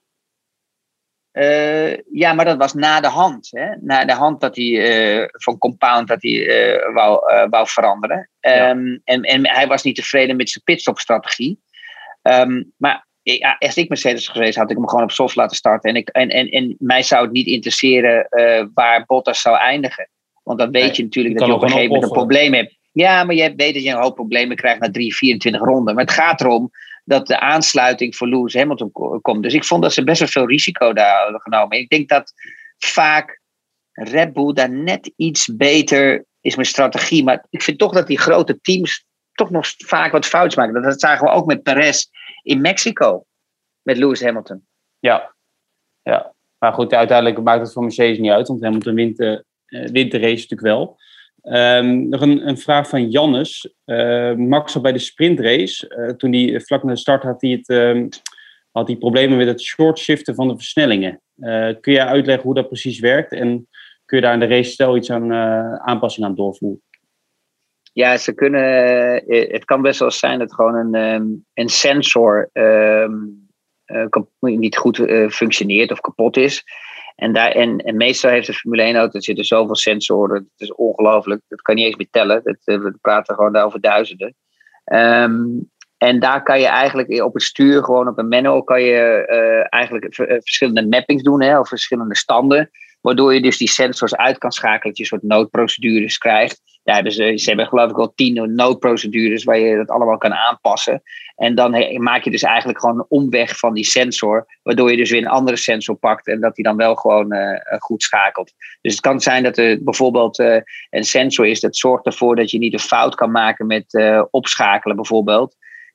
Speaker 4: Ja, maar dat was na de hand. Hè? Na de hand dat hij van compound dat hij wou veranderen. En hij was niet tevreden met zijn pitstopstrategie. Maar ja, als ik Mercedes geweest had ik hem gewoon op soft laten starten. En mij zou het niet interesseren waar Bottas zou eindigen. Want dan weet je natuurlijk dat je op een gegeven moment een probleem hebt. Ja, maar je weet dat je een hoop problemen krijgt na 24 ronden. Maar het gaat erom dat de aansluiting voor Lewis Hamilton komt. Dus ik vond dat ze best wel veel risico daar hadden genomen. Ik denk dat vaak Red Bull daar net iets beter is met strategie. Maar ik vind toch dat die grote teams toch nog vaak wat fout's maken. Dat zagen we ook met Perez in Mexico. Met Lewis Hamilton.
Speaker 3: Ja. Maar goed, uiteindelijk maakt het voor Mercedes niet uit. Want Hamilton wint de race natuurlijk wel. Nog een vraag van Jannes. Max had bij de sprintrace, toen hij vlak na de start had hij problemen met het short shiften van de versnellingen. Kun je uitleggen hoe dat precies werkt? En kun je daar in de race stel iets aan aanpassing aan doorvoeren?
Speaker 4: Ja, het kan best wel zijn dat gewoon een sensor niet goed functioneert of kapot is. En meestal heeft de Formule 1-auto, er zitten zoveel sensoren, het is ongelooflijk, dat kan je niet eens meer tellen. We praten gewoon daar over duizenden. En daar kan je eigenlijk op het stuur, gewoon op een manual, kan je eigenlijk verschillende mappings doen, of verschillende standen. Waardoor je dus die sensors uit kan schakelen, dat je een soort noodprocedures krijgt. Ze hebben geloof ik al 10 noodprocedures waar je dat allemaal kan aanpassen. En dan maak je dus eigenlijk gewoon een omweg van die sensor. Waardoor je dus weer een andere sensor pakt en dat die dan wel gewoon goed schakelt. Dus het kan zijn dat er bijvoorbeeld een sensor is dat zorgt ervoor dat je niet een fout kan maken met opschakelen bijvoorbeeld.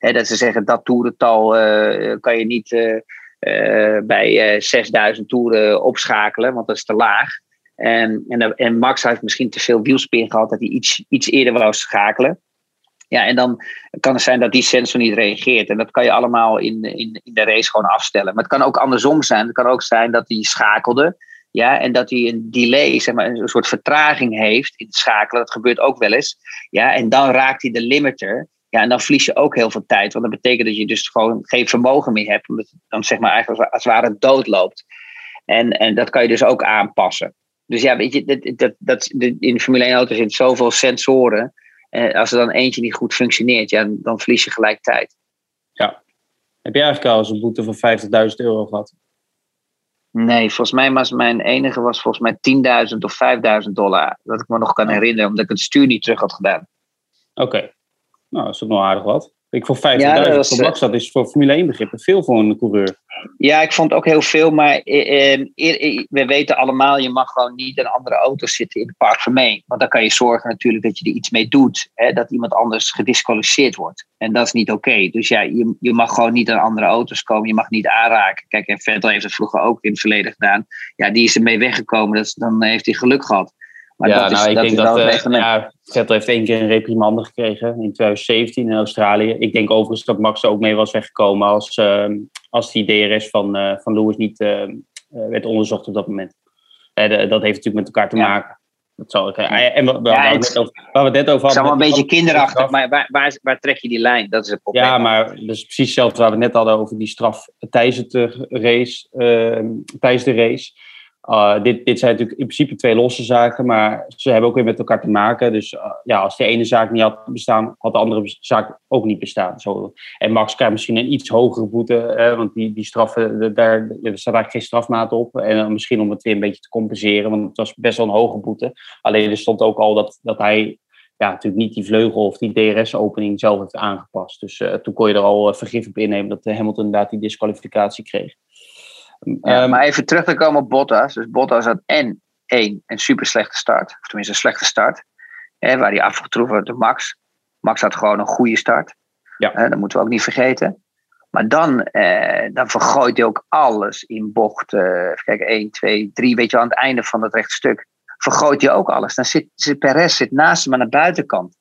Speaker 4: Dat ze zeggen dat toerental kan je niet bij 6000 toeren opschakelen, want dat is te laag. En Max heeft misschien te veel wielspin gehad dat hij iets eerder wou schakelen. Ja, en dan kan het zijn dat die sensor niet reageert. En dat kan je allemaal in de race gewoon afstellen. Maar het kan ook andersom zijn. Het kan ook zijn dat hij schakelde. Ja, en dat hij een delay, zeg maar, een soort vertraging heeft in het schakelen. Dat gebeurt ook wel eens. Ja, en dan raakt hij de limiter. Ja, en dan verlies je ook heel veel tijd. Want dat betekent dat je dus gewoon geen vermogen meer hebt. Omdat het dan zeg maar eigenlijk als het ware doodloopt. En dat kan je dus ook aanpassen. Dus ja, weet je, in de Formule 1 auto zitten zoveel sensoren. Als er dan eentje niet goed functioneert, ja, dan verlies je gelijk tijd.
Speaker 3: Ja. Heb je eigenlijk al eens een boete van €50.000 gehad?
Speaker 4: Nee, volgens mij was mijn enige volgens mij $10.000 of $5.000. Dat ik me nog kan herinneren, omdat ik het stuur niet terug had gedaan.
Speaker 3: Oké. Nou, dat is ook nog aardig wat. Ik vond 50.000 voor Max, dat is voor Formule 1 begrippen veel voor een coureur.
Speaker 4: Ja, ik vond ook heel veel, maar we weten allemaal, je mag gewoon niet in andere auto's zitten in het Parc Fermé. Want dan kan je zorgen natuurlijk dat je er iets mee doet, hè, dat iemand anders gedisqualificeerd wordt. En dat is niet oké. Dus ja, je mag gewoon niet aan andere auto's komen, je mag niet aanraken. Kijk, en Vettel heeft het vroeger ook in het verleden gedaan. Ja, die is ermee weggekomen, dan heeft hij geluk gehad. Maar
Speaker 3: ja, ik denk dat Vettel heeft 1 keer een reprimande gekregen in 2017 in Australië. Ik denk overigens dat Max er ook mee was weggekomen als die DRS van Lewis niet werd onderzocht op dat moment. Dat heeft natuurlijk met elkaar te maken. Dat zal ik. En waar we het net over hadden. Het is allemaal
Speaker 4: een beetje kinderachtig, maar waar trek je die lijn? Dat is het probleem.
Speaker 3: Ja, maar dat is precies hetzelfde waar we het net hadden over die straf tijdens de race. Dit zijn natuurlijk in principe 2 losse zaken, maar ze hebben ook weer met elkaar te maken. Dus als de ene zaak niet had bestaan, had de andere zaak ook niet bestaan. Zo. En Max krijgt misschien een iets hogere boete, want die straffen, daar staat eigenlijk geen strafmaat op. En misschien om het weer een beetje te compenseren, want het was best wel een hoge boete. Alleen er stond ook al dat hij natuurlijk niet die vleugel of die DRS-opening zelf heeft aangepast. Dus toen kon je er al vergif op innemen dat Hamilton inderdaad die disqualificatie kreeg.
Speaker 4: Maar even terug te komen op Bottas. Dus Bottas had een super slechte start. Of tenminste een slechte start. Waar hij afgetroffen werd door Max. Max had gewoon een goede start.
Speaker 3: Ja.
Speaker 4: Dat moeten we ook niet vergeten. Maar dan vergooit hij ook alles in bocht. Kijk, 1, 2, 3. Weet je, aan het einde van het rechtstuk. Vergooit hij ook alles. Dan zit Perez naast hem aan de buitenkant.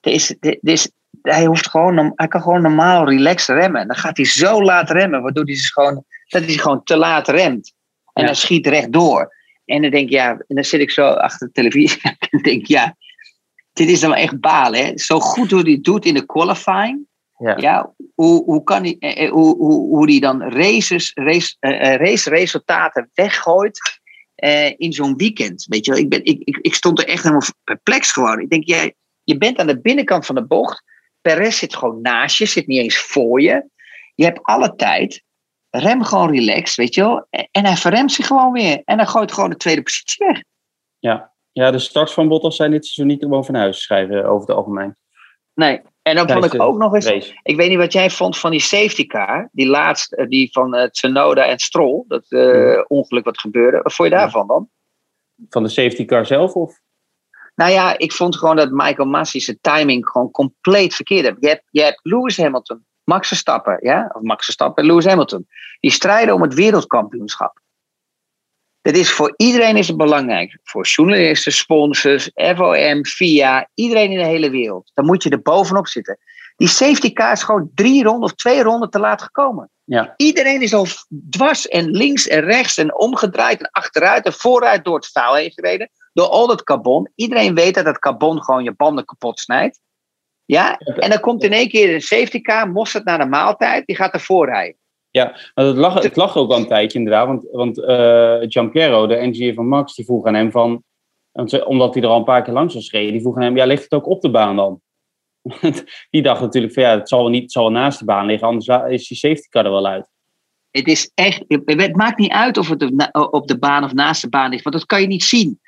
Speaker 4: Hij kan gewoon normaal relaxed remmen. Dan gaat hij zo laat remmen. Waardoor hij gewoon te laat remt. En dan schiet rechtdoor. En dan denk ik, en dan zit ik zo achter de televisie. En dan denk ik, dit is dan echt balen. Hè? Zo goed hoe hij het doet in de qualifying. Ja, hoe kan hij, hoe die dan raceresultaten weggooit in zo'n weekend. Weet je wel? Ik stond er echt helemaal perplex gewoon. Ik denk, je bent aan de binnenkant van de bocht. Perez zit gewoon naast je, zit niet eens voor je. Je hebt alle tijd. Rem gewoon relaxed, weet je wel. En hij verremt zich gewoon weer. En dan gooit gewoon de tweede positie weg.
Speaker 3: Ja, de starts van Bottas zijn dit seizoen niet gewoon van huis schrijven over het algemeen.
Speaker 4: Nee, en dan vond ik ook nog eens... Race. Ik weet niet wat jij vond van die safety car. Die laatste, die van Tsunoda en Stroll. Dat ongeluk wat gebeurde. Wat vond je daarvan dan?
Speaker 3: Van de safety car zelf of?
Speaker 4: Nou ja, ik vond gewoon dat Michael Masi zijn timing gewoon compleet verkeerd heeft. Je hebt Lewis Hamilton, Max Verstappen, Lewis Hamilton. Die strijden om het wereldkampioenschap. Dat is voor iedereen is het belangrijk. Voor journalisten, sponsors, FOM, FIA, iedereen in de hele wereld. Dan moet je er bovenop zitten. Die safety car is gewoon 3 ronden of 2 ronden te laat gekomen.
Speaker 3: Ja.
Speaker 4: Iedereen is al dwars en links en rechts en omgedraaid en achteruit en vooruit door het vuil heen gereden. Door al dat carbon. Iedereen weet dat het carbon gewoon je banden kapot snijdt. Ja? En dan komt in één keer een safety car, mosterd naar de maaltijd, die gaat ervoor rijden.
Speaker 3: Ja, het lag ook al een tijdje inderdaad. Want Gianpiero, de engineer van Max, die vroeg aan hem van... Omdat hij er al een paar keer langs was gereden, die vroeg aan hem, ligt het ook op de baan dan? Die dacht natuurlijk van het zal wel naast de baan liggen, anders is die safety car er wel uit.
Speaker 4: Het is echt, het maakt niet uit of het op de baan of naast de baan ligt, want dat kan je niet zien.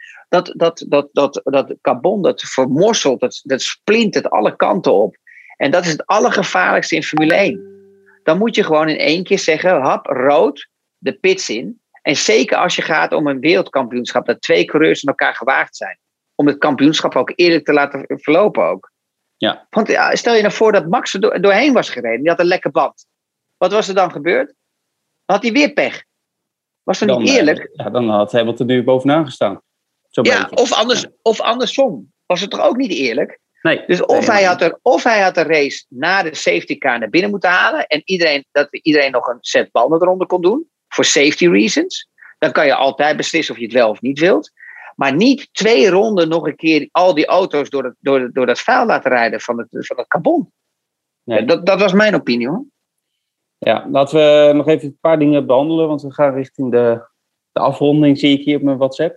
Speaker 4: Dat carbon, dat vermorselt, dat splintert alle kanten op. En dat is het allergevaarlijkste in Formule 1. Dan moet je gewoon in één keer zeggen, hap, rood, de pits in. En zeker als je gaat om een wereldkampioenschap, dat 2 coureurs aan elkaar gewaagd zijn. Om het kampioenschap ook eerlijk te laten verlopen ook.
Speaker 3: Ja.
Speaker 4: Want stel je nou voor dat Max er doorheen was gereden. Die had een lekker band. Wat was er dan gebeurd? Dan had hij weer pech. Was dat niet eerlijk?
Speaker 3: Dan had Hamilton nu bovenaan gestaan.
Speaker 4: Of andersom. Was het toch ook niet eerlijk?
Speaker 3: Nee.
Speaker 4: Dus of hij had de race na de safety car naar binnen moeten halen. En dat iedereen nog een set banden eronder kon doen. Voor safety reasons. Dan kan je altijd beslissen of je het wel of niet wilt. Maar niet 2 ronden nog een keer al die auto's door dat vuil laten rijden van het carbon. Nee. Ja, dat was mijn opinie, hoor.
Speaker 3: Ja, laten we nog even een paar dingen behandelen. Want we gaan richting de afronding, zie ik hier op mijn WhatsApp.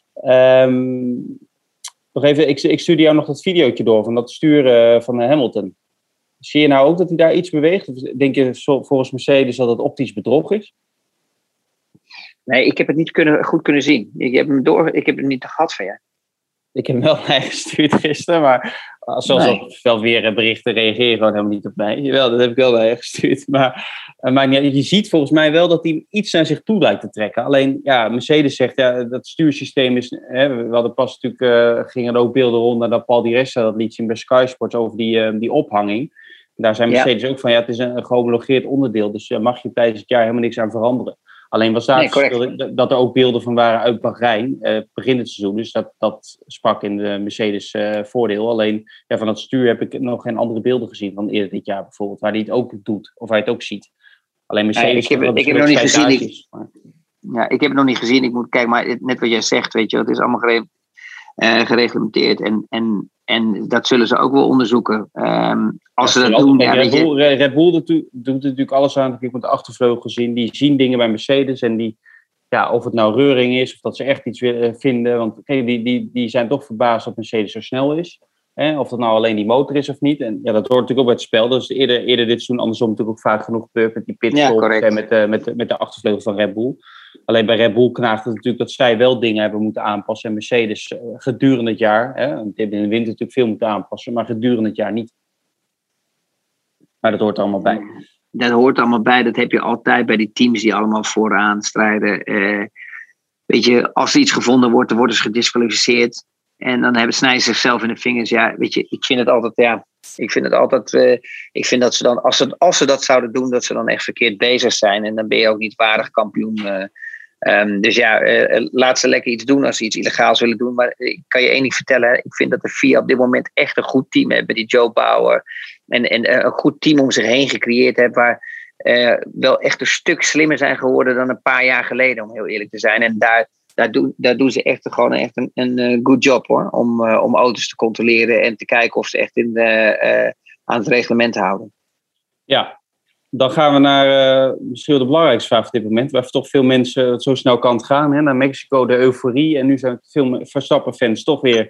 Speaker 3: Nog even, ik stuurde jou nog dat videootje door van dat sturen van Hamilton. Zie je nou ook dat hij daar iets beweegt? Of denk je volgens Mercedes dat het optisch bedrog is?
Speaker 4: Nee, ik heb het niet goed kunnen zien. Ik heb hem niet gehad van jou. Ik
Speaker 3: heb hem wel naar je gestuurd gisteren, maar zoals wel weer berichten reageren gewoon helemaal niet op mij. Jawel, dat heb ik wel naar je gestuurd. Maar je ziet volgens mij wel dat hij iets naar zich toe lijkt te trekken. Alleen, ja, Mercedes zegt, dat stuursysteem is... we hadden pas natuurlijk, gingen er ook beelden rond dat Paul Di Resta, dat liet zien bij Sky Sports over die ophanging. Daar zijn Mercedes ook van, het is een gehomologeerd onderdeel, dus mag je tijdens het jaar helemaal niks aan veranderen. Alleen was daar het verschil dat er ook beelden van waren uit Bahrein, begin het seizoen. Dus dat sprak in de Mercedes voordeel. Alleen van het stuur heb ik nog geen andere beelden gezien van eerder dit jaar bijvoorbeeld. Waar hij het ook doet, of hij het ook ziet. Alleen Mercedes...
Speaker 4: ik heb het nog niet gezien. Ik heb het nog niet gezien. Ik moet kijken, maar net wat jij zegt, weet je, het is allemaal gereglementeerd. En dat zullen ze ook wel onderzoeken. Als ze dat doen...
Speaker 3: Red Bull doet natuurlijk alles aan. Ik heb met de achtervleugel gezien. Die zien dingen bij Mercedes. En die, of het nou reuring is. Of dat ze echt iets willen vinden. Want die zijn toch verbaasd dat Mercedes zo snel is. Of dat nou alleen die motor is of niet. En dat hoort natuurlijk ook bij het spel. Dat is eerder dit seizoen andersom natuurlijk ook vaak genoeg gebeurd. Met die pitstop en met de achtervleugel van Red Bull. Alleen bij Red Bull knaagt het natuurlijk dat zij wel dingen hebben moeten aanpassen. En Mercedes gedurende het jaar. Die hebben in de winter natuurlijk veel moeten aanpassen. Maar gedurende het jaar niet. Maar dat hoort er allemaal bij.
Speaker 4: Dat hoort allemaal bij. Dat heb je altijd bij die teams die allemaal vooraan strijden. Weet je, als er iets gevonden wordt, dan worden ze gedisqualificeerd. En dan snijden ze zichzelf in de vingers. Ja, weet je, ik vind het altijd... ik vind dat ze dan, als ze dat zouden doen, dat ze dan echt verkeerd bezig zijn. En dan ben je ook niet waardig kampioen. Dus laat ze lekker iets doen als ze iets illegaals willen doen. Maar ik kan je één ding vertellen. Ik vind dat de FIA op dit moment echt een goed team heeft. Met die Joe Bauer. En een goed team om zich heen gecreëerd heeft. Waar wel echt een stuk slimmer zijn geworden dan een paar jaar geleden. Om heel eerlijk te zijn. En daar doen ze echt een good job, hoor. Om auto's te controleren en te kijken of ze echt aan het reglement houden.
Speaker 3: Ja, dan gaan we naar misschien de belangrijkste vraag op dit moment. Waar toch veel mensen het zo snel kan gaan. Hè? Naar Mexico, de euforie. En nu zijn veel Verstappen-fans toch weer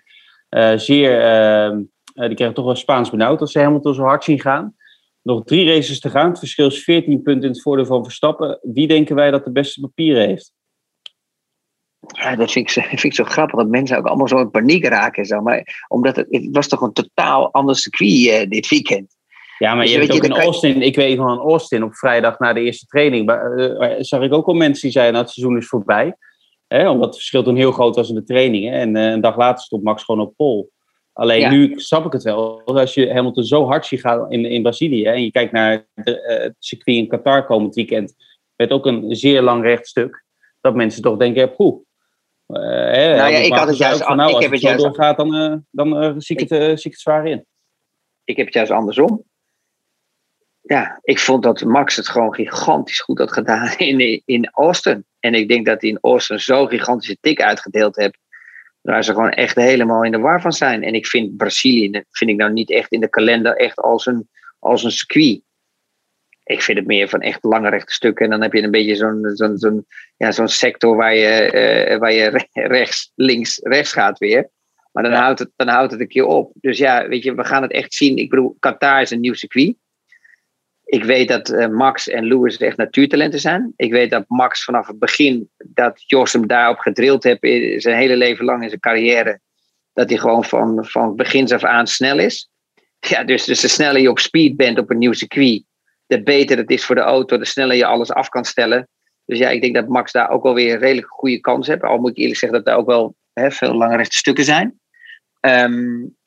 Speaker 3: die krijgen toch wel Spaans benauwd als ze Hamilton zo hard zien gaan. Nog 3 races te gaan. Het verschil is 14 punten in het voordeel van Verstappen. Wie denken wij dat de beste papieren heeft?
Speaker 4: Ja, dat vind ik zo grappig, dat mensen ook allemaal zo in paniek raken. Zo. Maar omdat het was toch een totaal ander circuit dit weekend.
Speaker 3: Ja, maar dus je hebt ook in Austin, ik weet van Austin, op vrijdag na de eerste training, zag ik ook al mensen die zeiden, het seizoen is voorbij. Omdat het verschil toen heel groot was in de trainingen. En een dag later stond Max gewoon op pole. Alleen nu snap ik het wel. Als je Hamilton zo hard ziet gaan in Brazilië, en je kijkt naar het circuit in Qatar komend weekend, met ook een zeer lang rechtstuk, dat mensen toch denken,
Speaker 4: ik had het juist
Speaker 3: van, als het zo doorgaat, dan zie ik het zwaar in.
Speaker 4: Ik heb het juist andersom. Ja, ik vond dat Max het gewoon gigantisch goed had gedaan in Austin. En ik denk dat hij in Austin zo'n gigantische tik uitgedeeld heeft, waar ze gewoon echt helemaal in de war van zijn. En ik vind Brazilië, vind ik nou niet echt in de kalender echt als een circuit. Ik vind het meer van echt lange rechte stukken. En dan heb je een beetje zo'n sector waar je rechts, links, rechts gaat weer. Maar dan houdt het een keer op. Dus ja, weet je, we gaan het echt zien. Ik bedoel, Qatar is een nieuw circuit. Ik weet dat Max en Lewis echt natuurtalenten zijn. Ik weet dat Max vanaf het begin, dat Jos hem daarop gedrild heeft, zijn hele leven lang in zijn carrière, dat hij gewoon van begins af aan snel is. Ja, dus de sneller je op speed bent op een nieuw circuit, de beter het is voor de auto, de sneller je alles af kan stellen. Dus ja, ik denk dat Max daar ook wel weer een redelijk goede kans heeft. Al moet ik eerlijk zeggen dat er ook wel veel lange rechte stukken zijn.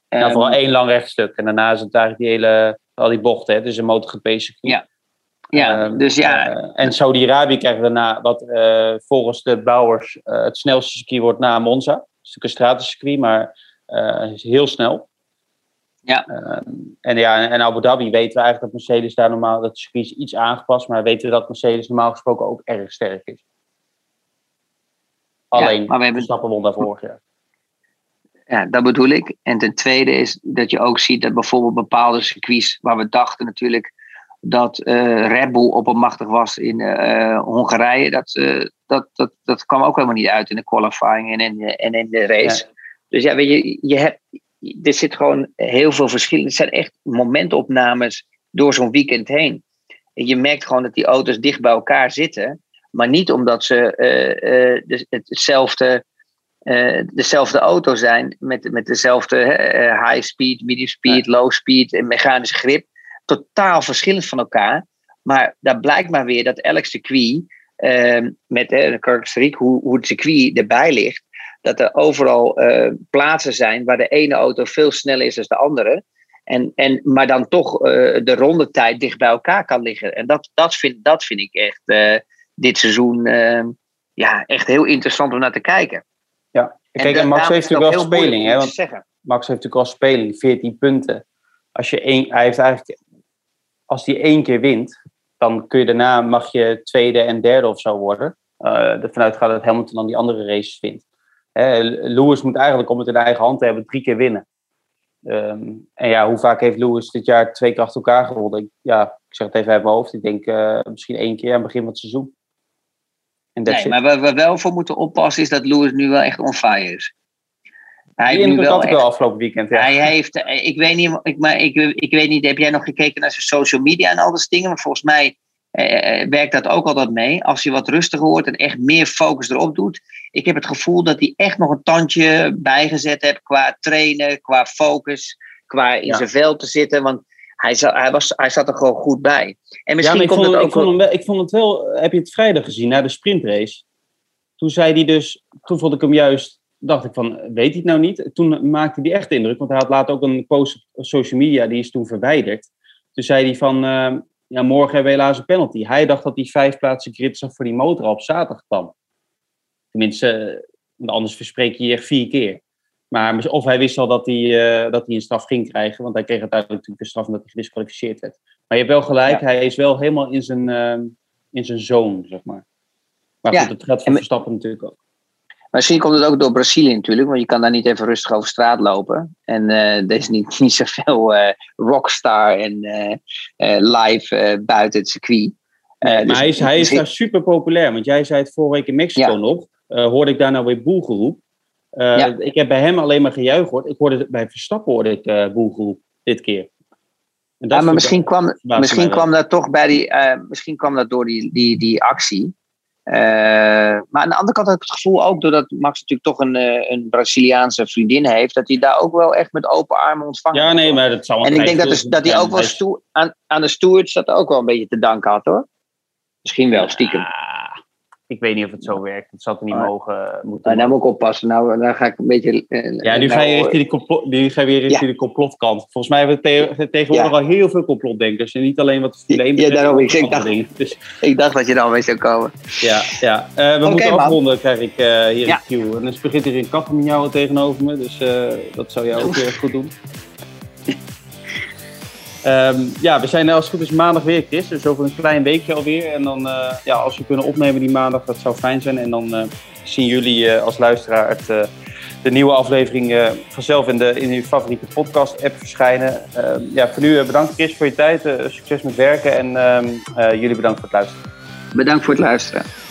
Speaker 3: Nou, vooral 1 lang rechtstuk. En daarna is het eigenlijk al die bochten. Hè? Dus een MotoGP-circuit.
Speaker 4: Dus
Speaker 3: en Saudi-Arabië krijgt daarna, wat volgens de bouwers het snelste circuit wordt na Monza. Het is natuurlijk een stratencircuit, maar is heel snel.
Speaker 4: Ja.
Speaker 3: En Abu Dhabi weten we eigenlijk dat Mercedes daar normaal, dat circuit is iets aangepast, maar weten we dat Mercedes normaal gesproken ook erg sterk is. Alleen, maar Verstappen won daar vorig jaar.
Speaker 4: Ja, dat bedoel ik. En ten tweede is dat je ook ziet dat bijvoorbeeld bepaalde circuits, waar we dachten natuurlijk dat Red Bull oppermachtig was in Hongarije, dat kwam ook helemaal niet uit in de qualifying en in de race. Ja. Dus ja, weet je, er zit gewoon heel veel verschillen. Het zijn echt momentopnames door zo'n weekend heen. En je merkt gewoon dat die auto's dicht bij elkaar zitten, maar niet omdat ze dezelfde auto zijn met dezelfde high speed, medium speed, low speed en mechanische grip. Totaal verschillend van elkaar. Maar daar blijkt maar weer dat elk circuit, met de karakteristiek hoe het circuit erbij ligt, dat er overal plaatsen zijn waar de ene auto veel sneller is dan de andere. Maar dan toch de rondetijd dicht bij elkaar kan liggen. En dat vind ik echt dit seizoen echt heel interessant om naar te kijken.
Speaker 3: Ja, kijk, en Max heeft natuurlijk wel speling. Hè, want Max heeft natuurlijk wel speling, 14 punten. Als hij 1 keer wint, dan kun je daarna, mag je tweede en derde of zo worden. Ervan uitgaan dat Hamilton dan die andere races wint. Lewis moet eigenlijk, om het in eigen hand te hebben, 3 keer winnen. En ja, hoe vaak heeft Lewis dit jaar 2 keer achter elkaar gewonnen? Ik zeg het even uit mijn hoofd. Ik denk misschien 1 keer aan het begin van het seizoen.
Speaker 4: Maar waar we wel voor moeten oppassen is dat Lewis nu wel echt on fire is.
Speaker 3: Die indruk had ik wel afgelopen weekend. Ja.
Speaker 4: Hij heeft, ik weet niet, heb jij nog gekeken naar zijn social media en al dat dingen? Maar volgens mij werkt dat ook altijd mee. Als je wat rustiger wordt en echt meer focus erop doet. Ik heb het gevoel dat hij echt nog een tandje bijgezet heeft qua trainen, qua focus, qua in zijn vel te zitten. Want hij zat er gewoon goed bij. En misschien
Speaker 3: ik vond het wel, heb je het vrijdag gezien, na de sprintrace? Toen zei hij dus, toen vond ik hem juist, dacht ik van, weet hij het nou niet? Toen maakte hij echt indruk, want hij had later ook een post op social media, die is toen verwijderd. Toen zei hij van, morgen hebben we helaas een penalty. Hij dacht dat die 5 plaatsen grid zag voor die motor op zaterdag kwam. Tenminste, anders verspreek je echt 4 keer. Maar of hij wist al dat hij een straf ging krijgen, want hij kreeg uiteindelijk natuurlijk de straf omdat hij gedisqualificeerd werd. Maar je hebt wel gelijk, hij is wel helemaal in zijn zone, zeg maar. Maar goed, het geldt voor Verstappen natuurlijk ook.
Speaker 4: Misschien komt het ook door Brazilië natuurlijk, want je kan daar niet even rustig over straat lopen. En er is niet zoveel rockstar en live buiten het circuit.
Speaker 3: Maar hij is daar super populair, want jij zei het vorige week in Mexico nog. Hoorde ik daar nou weer boelgeroep. Ik heb bij hem alleen maar gejuich gehoord. Bij Verstappen boelgeroep dit keer.
Speaker 4: Maar misschien kwam dat toch bij misschien kwam dat door die actie. Maar aan de andere kant heb ik het gevoel ook, doordat Max natuurlijk toch een Braziliaanse vriendin heeft, dat hij daar ook wel echt met open armen ontvangt.
Speaker 3: Ja, nee, maar dat zou wel.
Speaker 4: En ik denk dat hij ook wel aan de stewards dat ook wel een beetje te danken had, hoor. Misschien wel, stiekem.
Speaker 3: Ik weet niet of het zo werkt. Het zou er niet moeten.
Speaker 4: Nou moet ik oppassen. Nou, dan ga ik een beetje...
Speaker 3: nu ga je weer richting de complotkant. Volgens mij hebben we tegenwoordig al heel veel complotdenkers. En niet alleen wat de Formule 1 betreft.
Speaker 4: Ja, daarom. Ik dacht dat je er al mee zou komen.
Speaker 3: Ja. We moeten afronden, krijg ik hier in Q. En dan begint hier een kattenmiauwen tegenover me. Dus dat zou jij ook goed doen. We zijn als het goed is maandag weer, Chris. Dus over een klein weekje alweer. En dan, als we kunnen opnemen die maandag, dat zou fijn zijn. En dan zien jullie als luisteraar de nieuwe aflevering vanzelf in uw favoriete podcast-app verschijnen. Voor nu bedankt, Chris, voor je tijd. Succes met werken. En jullie bedankt voor het luisteren.
Speaker 4: Bedankt voor het luisteren.